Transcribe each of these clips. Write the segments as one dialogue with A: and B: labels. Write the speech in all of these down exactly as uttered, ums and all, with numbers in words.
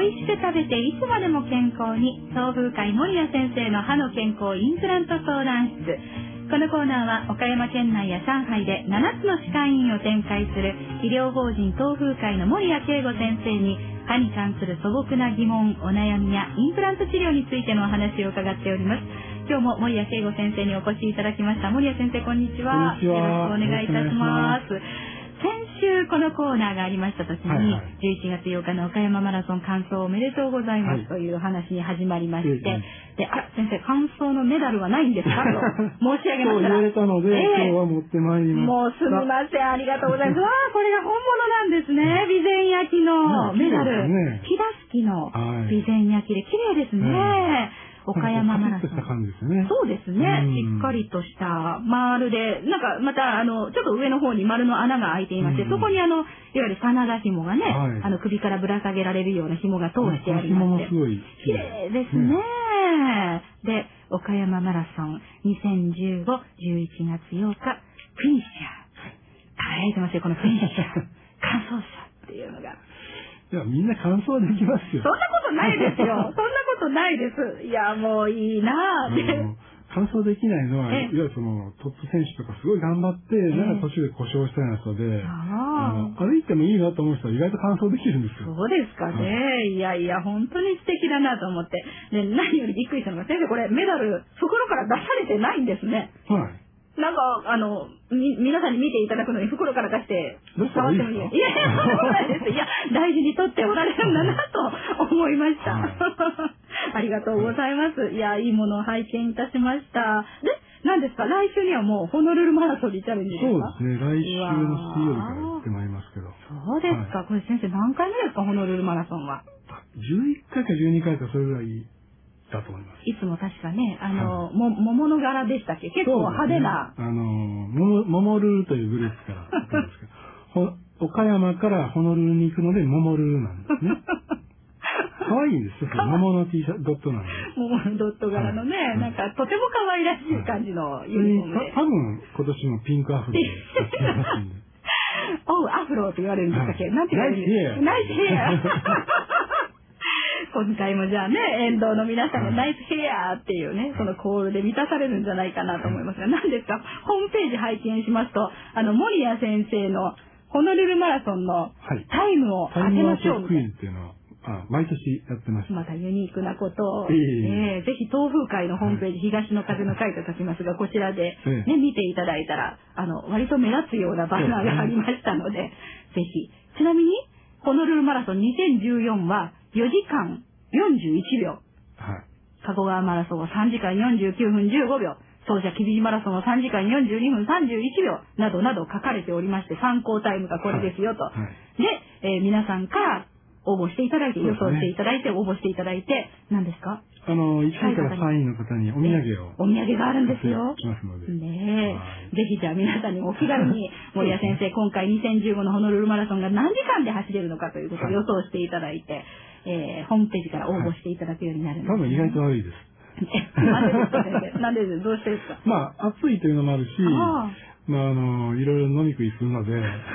A: 美味しく食べていつまでも健康に、東風会守谷先生の歯の健康インプラント相談室。このコーナーは岡山県内や上海でななつの歯科医院を展開する医療法人東風会の守谷慶吾先生に、歯に関する素朴な疑問、お悩みやインプラント治療についてのお話を伺っております。今日も守谷慶吾先生にお越しいただきました。守谷先生、こんにちは。
B: こんにちは。
A: よろしくお願いいたします。先週このコーナーがありました時に、はいはい、じゅういちがつようかの岡山マラソン完走おめでとうございます、はい、という話に始まりまして、はい、で、あ、先生、完走のメダルはないんですかと申し上げましたら、
B: そう言われたので、えー、今日は持ってまいりました。
A: もうすみません、ありがとうございます。わあ、これが本物なんですね。備前焼のメダル、ね、木田式の備前焼で綺麗ですね。はい、岡山マラソン。そうですね。しっかりとした丸で、なんかまたあのちょっと上の方に丸の穴が開いていまして、そこにあのいわゆる真田紐がね、あの首からぶら下げられるような紐が通してありまして、綺麗ですね。で、岡山マラソンにせんじゅうご、じゅういちがつようかフィニッシャー。輝いてますよ、このフィニッシャー。完走者っていうのが。
B: いや、みんな完走できますよ。
A: そんなことないですよ。そんなことないです。いや、もういいなぁ。
B: 完走できないのは、いわゆるそのトップ選手とかすごい頑張って、なんか途中で故障したような人で、あの歩いてもいいなと思う人は意外と完走できるんですよ。
A: そうですかね。いやいや、本当に素敵だなと思って。で、何よりびっくりしたのが、先生、これメダル、袋から出されてないんですね。
B: はい。
A: なんか、あの、み、皆さんに見ていただくのに袋から出して、触ってもいい？いやいや、そんなことないです。いや、大事に取っておられるんだなと思いました。はい、ありがとうございます。はい、いや、いいものを拝見いたしました。で、何ですか、来週にはもうホノルルマラソンにチャレンジですか？
B: そうですね、来週の水曜日から行ってまいりますけど。
A: そうですか。はい、これ先生何回目ですか、ホノルルマラソンは。
B: じゅういっかいかじゅうにかいか、それぐらい。だと思います。
A: いつも確かね、あの、はい、も、桃の柄でしたっけ？結構派手な。
B: ね、あの、も、モモルーというグループから行くんですけど、ほ岡山からホノルルに行くので、モモルーなんですね。可愛いんですよ。桃の T シャツ、ドットなんで。
A: 桃のドット柄のね、はい、なんかとても可愛らしい感じのユニフォームで。
B: 多分、今年もピンクアフロでやってますんで。
A: おう、アフロって言われるんですかっけ？なんて言われる？ナイスヘア。ナイスヘア。今回もじゃあね、沿道の皆さんがナイスヘアっていうね、そのコールで満たされるんじゃないかなと思いますが、何ですか、ホームページ拝見しますと、あの、守谷先生のホノルルマラソンのタイムを当てましょうみたいな。
B: タイムアウトクイーンっていうのは、あ、毎年やってます。
A: またユニークなことを、えーえー、ぜひ東風会のホームページ、はい、東の風の会と書きますが、こちらで、ね、えー、見ていただいたら、あの、割と目立つようなバナーがありましたので、ぜひ。ちなみに、ホノルルマラソンにせんじゅうよんはよじかんよんじゅういちびょう。はい。加古川マラソンはさんじかんよんじゅうきゅうふんじゅうごびょう。奏者吉備マラソンはさんじかんよんじゅうにふんさんじゅういちびょう。などなど書かれておりまして、参考タイムがこれですよと。はいはい、で、えー、皆さんから応募していただいて、予想していただいて、応募していただいて、何ですか？
B: あの、いちいからさんいの方にお土産を。
A: お土産があるんですよ。
B: しますので。
A: ねえ。ぜひじゃあ皆さんにお気軽に、守谷先生、今回にせんじゅうごのホノルルマラソンが何時間で走れるのかということを予想していただいて、はい、えー、ホームページから応募していただくようになるんです、ね。
B: 多分意外と悪いです。
A: なんでですか、先生。なんでです、どうしてですか？
B: まあ、暑いというのもあるし、あまあ、あの、いろいろ飲み食いするので。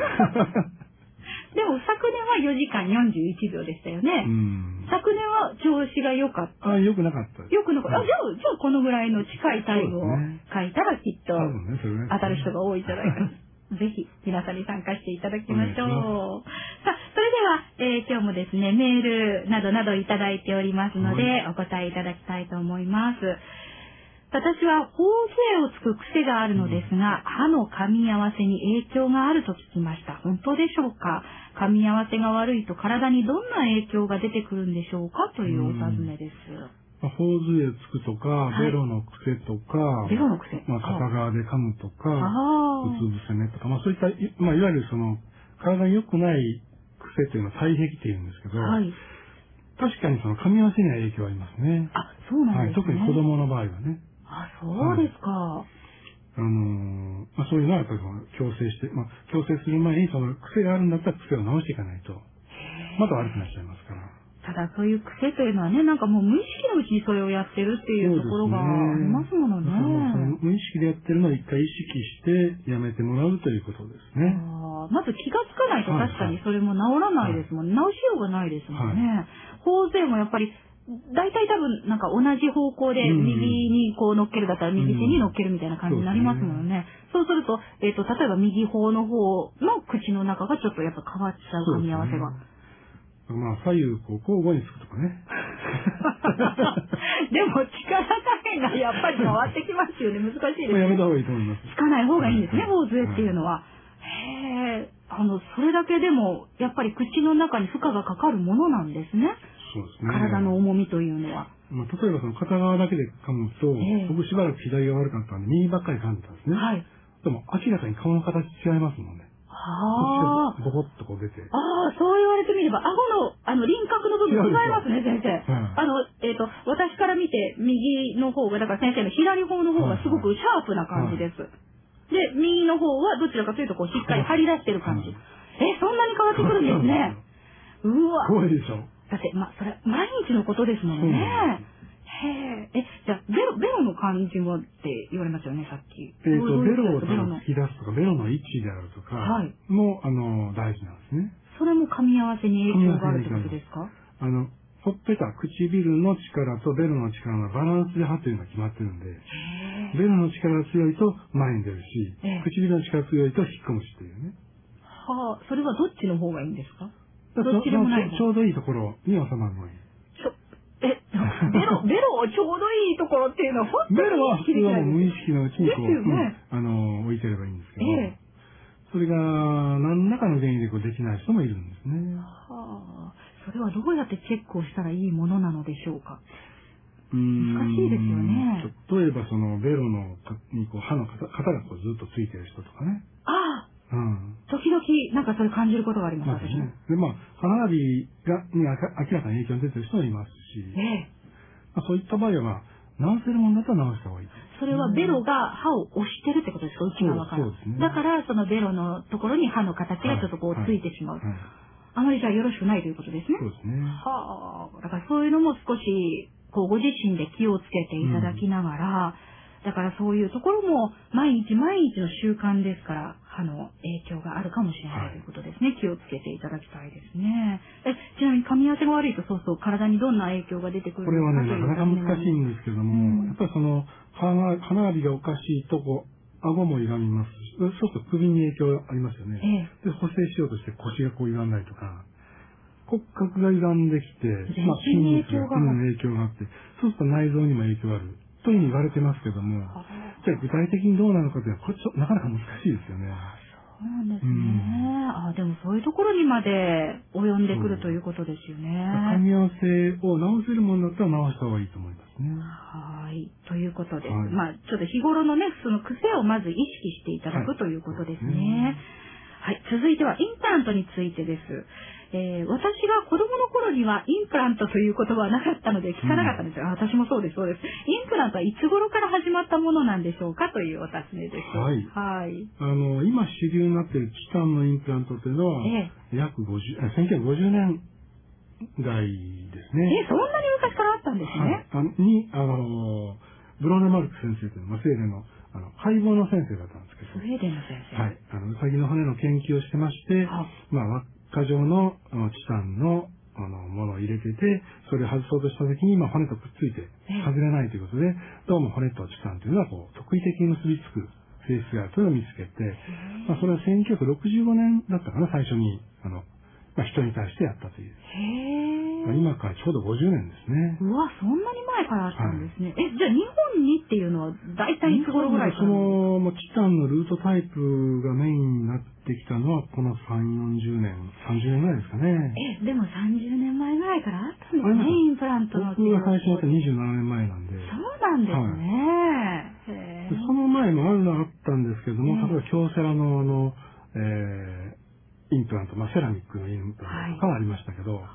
A: でも昨年はよじかんよんじゅういちびょうでしたよね。うん、昨年は調子が良かった。
B: あ、良くなかったです。
A: 良くなかった。あ、じゃあ、じゃあこのぐらいの近いタイムを書いたらきっと当たる人が多いんじゃないかな。ぜひ皆さんに参加していただきましょう。さあ、それでは、えー、今日もですね、メールなどなどいただいておりますので、はい、お答えいただきたいと思います。私は頬杖をつく癖があるのですが、歯の噛み合わせに影響があると聞きました。本当でしょうか？噛み合わせが悪いと体にどんな影響が出てくるんでしょうかというお尋ねです。
B: 頬杖つくとか、はい、ベロの癖とか、
A: ベロの癖、
B: まあ、片側で噛むとか、うつ伏せ寝とか、まあそういった、まあいわゆるその、体に良くない癖というのは体癖って言うんですけど、はい、確かにその噛み合わせには影響ありますね。
A: あ、そうなんですね。
B: はい、特に子供の場合はね。
A: あ、そうですか。はい、
B: あのー、まあそういうのはやっぱり矯正して、まあ矯正する前にその癖があるんだったら癖を直していかないと、また悪くなっちゃいますから。
A: ただそういう癖というのはね、なんかもう無意識のうちにそれをやってるっていうところがありますものね。
B: 無意識でやってるのを一回意識してやめてもらうということですね。
A: あまず気がつかないと確かにそれも治らないですもんね。はい、治しようがないですもんね。頬杖もやっぱり大体多分なんか同じ方向で右にこう乗っけるだったら右手に乗っけるみたいな感じになりますもんね。そうすると、えっと、例えば右方の方の口の中がちょっとやっぱ変わっちゃう噛み合わせが。
B: まあ、左右こう交互につくとかね。
A: でも、力加減がやっぱり変わってきますよね。難しいですね。
B: やめた方がいいと思います。
A: つかない方がいいんですね、頬杖っていうのは。へえ、あの、それだけでも、やっぱり口の中に負荷がかかるものなんですね。
B: そうですね。
A: 体の重みというのは。
B: まあ、例えばその片側だけで噛むと、えー、僕しばらく左が悪かったんで、右ばっかり噛んでたんですね。はい。でも、明らかに顔の形違いますもんね。ああ。ボコッとこう出て。
A: ああ、そう言われてみれば、顎の、あの、輪郭の部分違いますね、先生。あの、えっと、私から見て、右の方が、だから先生の左方の方がすごくシャープな感じです。で、右の方はどちらかというと、こう、しっかり張り出してる感じ。え、そんなに変わってくるんですね。うわ。
B: 怖いでしょ。
A: だって、ま、それ、毎日のことですもんね。へえ、え、じゃあ、ベロ、ベロの感じもって言われましたよね、さっき。
B: えっと、ベロを突き出すとか、ベロの位置であるとか、はい。も、あの、大事なんですね。
A: それも噛み合わせに影響があるってことですか？
B: あの、ほっぺた、唇の力とベロの力のバランスで歯というのが決まってるんで、ベロの力が強いと前に出るし、唇の力が強いと引っ込むしというね。
A: はあ、それはどっちの方がいいんですか？
B: どっちでもない。ちょうどいいところに収まるのに。
A: え、ベロ、ベロをちょうどいいところっていうのは本当に
B: ベロは普通はもう無意識のうちにこう、
A: ですよね、
B: うん、あの、置いてればいいんですけど、ええ、それが何らかの原因でこうできない人もいるんですね。
A: はあ、それはどうやってチェックをしたらいいものなのでしょうか？
B: うーん、
A: 難しいですよね。
B: 例えばそのベロのにこう歯の型がこうずっとついてる人とかね。
A: ああ。
B: うん。
A: 時々なんかそれ感じることがあります、私
B: ね。で、まあ、歯並びが、に明らかに影響が出てる人もいますし、ええ、まあ、そういった場合は、まあ、治せるものだったら治した方がいい。
A: それはベロが歯を押してるってことですか、内側から。そうですね。だから、そのベロのところに歯の形がちょっとこうついてしまう。はいはいはい、あまりじゃあよろしくないということですね。
B: そうですね。
A: はあ。だからそういうのも少し、こう、ご自身で気をつけていただきながら、うん、だからそういうところも毎日毎日の習慣ですから、歯の影響があるかもしれないということですね。はい、気をつけていただきたいですね。え、ちなみに噛み合わせが悪いとそうそう体にどんな影響が出てくるのかという
B: これはね、なかなか難しいんですけども、うん、やっぱりその、歯並びがおかしいとこう、顎も歪みますし、そうすると首に影響ありますよね。ええ、で、補正しようとして腰がこう歪んだりとか、骨格が歪んできて、まあ、筋肉が、うん、影響があって、そうすると内臓にも影響がある。というふうに言われてますけども、じゃあ具体的にどうなのかというのは、これちょっとなかなか難しいですよね。
A: そうなんですね。うん、あ、でもそういうところにまで及んでくるということですよね。
B: 噛み合わせを直せるものだったら直した方がいいと思いますね。
A: はい。ということです。はい、まあ、ちょっと日頃のね、その癖をまず意識していただく、はい、ということですね。はい。続いてはインプラントについてです。えー、私が子供の頃にはインプラントという言葉はなかったので聞かなかったんですが、うん、私もそうです、そうです。インプラントはいつ頃から始まったものなんでしょうかというお尋ねです。
B: はい。はい。あの、今主流になっているチタンのインプラントというのは、ええ、約ごじゅう、せんきゅうひゃくごじゅうねんだいですね。
A: え、そんなに昔からあったんですね。はい、
B: あのに、あの、ブローネマルク先生というのは、スウェーデンの、あの、解剖の先生だったんですけど。
A: スウェーデンの先生。
B: はい。あの、ウサギの骨の研究をしてまして、はい、まあ、輪っか状のチタンのあのものを入れてて、それを外そうとしたときに、まあ、骨とくっついて外れないということで、どうも骨とチタンというのはこう特異的に結びつく性質があるというのを見つけて、まあ、それはせんきゅうひゃくろくじゅうごねんだったかな、最初にあの、まあ、人に対してやったという。まあ、今からちょうどごじゅうねんですね。
A: うわ、そんなに前からあったんですね。はい、え、じゃあ日本にっていうのは大体いつ頃ぐらいから？
B: その、もうチタンのルートタイプがメインになってきたのはこのさんじゅう、よんじゅうねん、さんじゅうねんぐらいですかね。
A: え、でもさんじゅうねんまえぐらいからあったんですね、インプラントの。
B: 僕が最初だったにじゅうななねんまえなんで。
A: そうなんですね。
B: はい、その前もあるのはあったんですけども、例えば京セラのあの、えーインプラント、まあ、セラミックのインプラントとかはありましたけど、はい、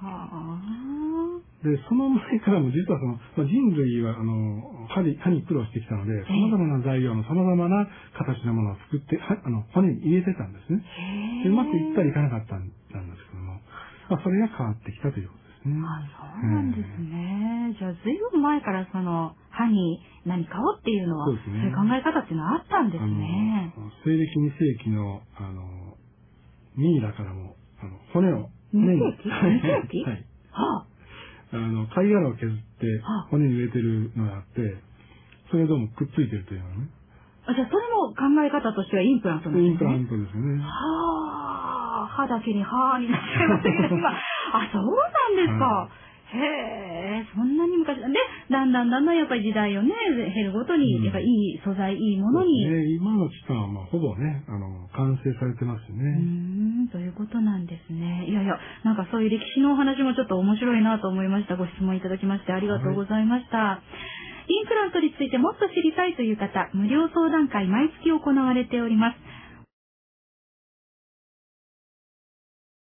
B: で、その前からも実はその、まあ、人類は、あの、歯に、歯に苦労してきたので、様々な材料の様々な形のものを作って、はあの、骨に入れてたんですね。でうまくいったりいかなかったんですけども、まあ、それが変わってきたということですね。
A: あ、そうなんですね。えー、じゃあ、ずいぶん前からその、歯に何かをっていうのは、そうですね、そういう考え方っていうのはあったんですね。
B: 西暦に世紀の、あの、ミイラからも、あの、骨を、
A: に世紀 ?に 世紀
B: はい。
A: は
B: あ、あの、貝殻を削って骨に入れてるのがあって、それがどうもくっついてるというのね。
A: あ、じゃあそれも考え方としてはインプラントなんですね。
B: インプラントですよね。
A: はあ、歯だけに歯になっちゃいましたけど、今、あ、そうなんですか。はい、へえ、そんなに昔、で、だんだんだんだんやっぱり時代をね、減るごとに、やっぱりいい素材、いいものに。
B: ね、今のチタンはまあほぼね、あの、完成されてますよね。
A: うーん、ということなんですね。いやいや、なんかそういう歴史のお話もちょっと面白いなと思いました。ご質問いただきましてありがとうございました。はい、インプラントについてもっと知りたいという方、無料相談会毎月行われております。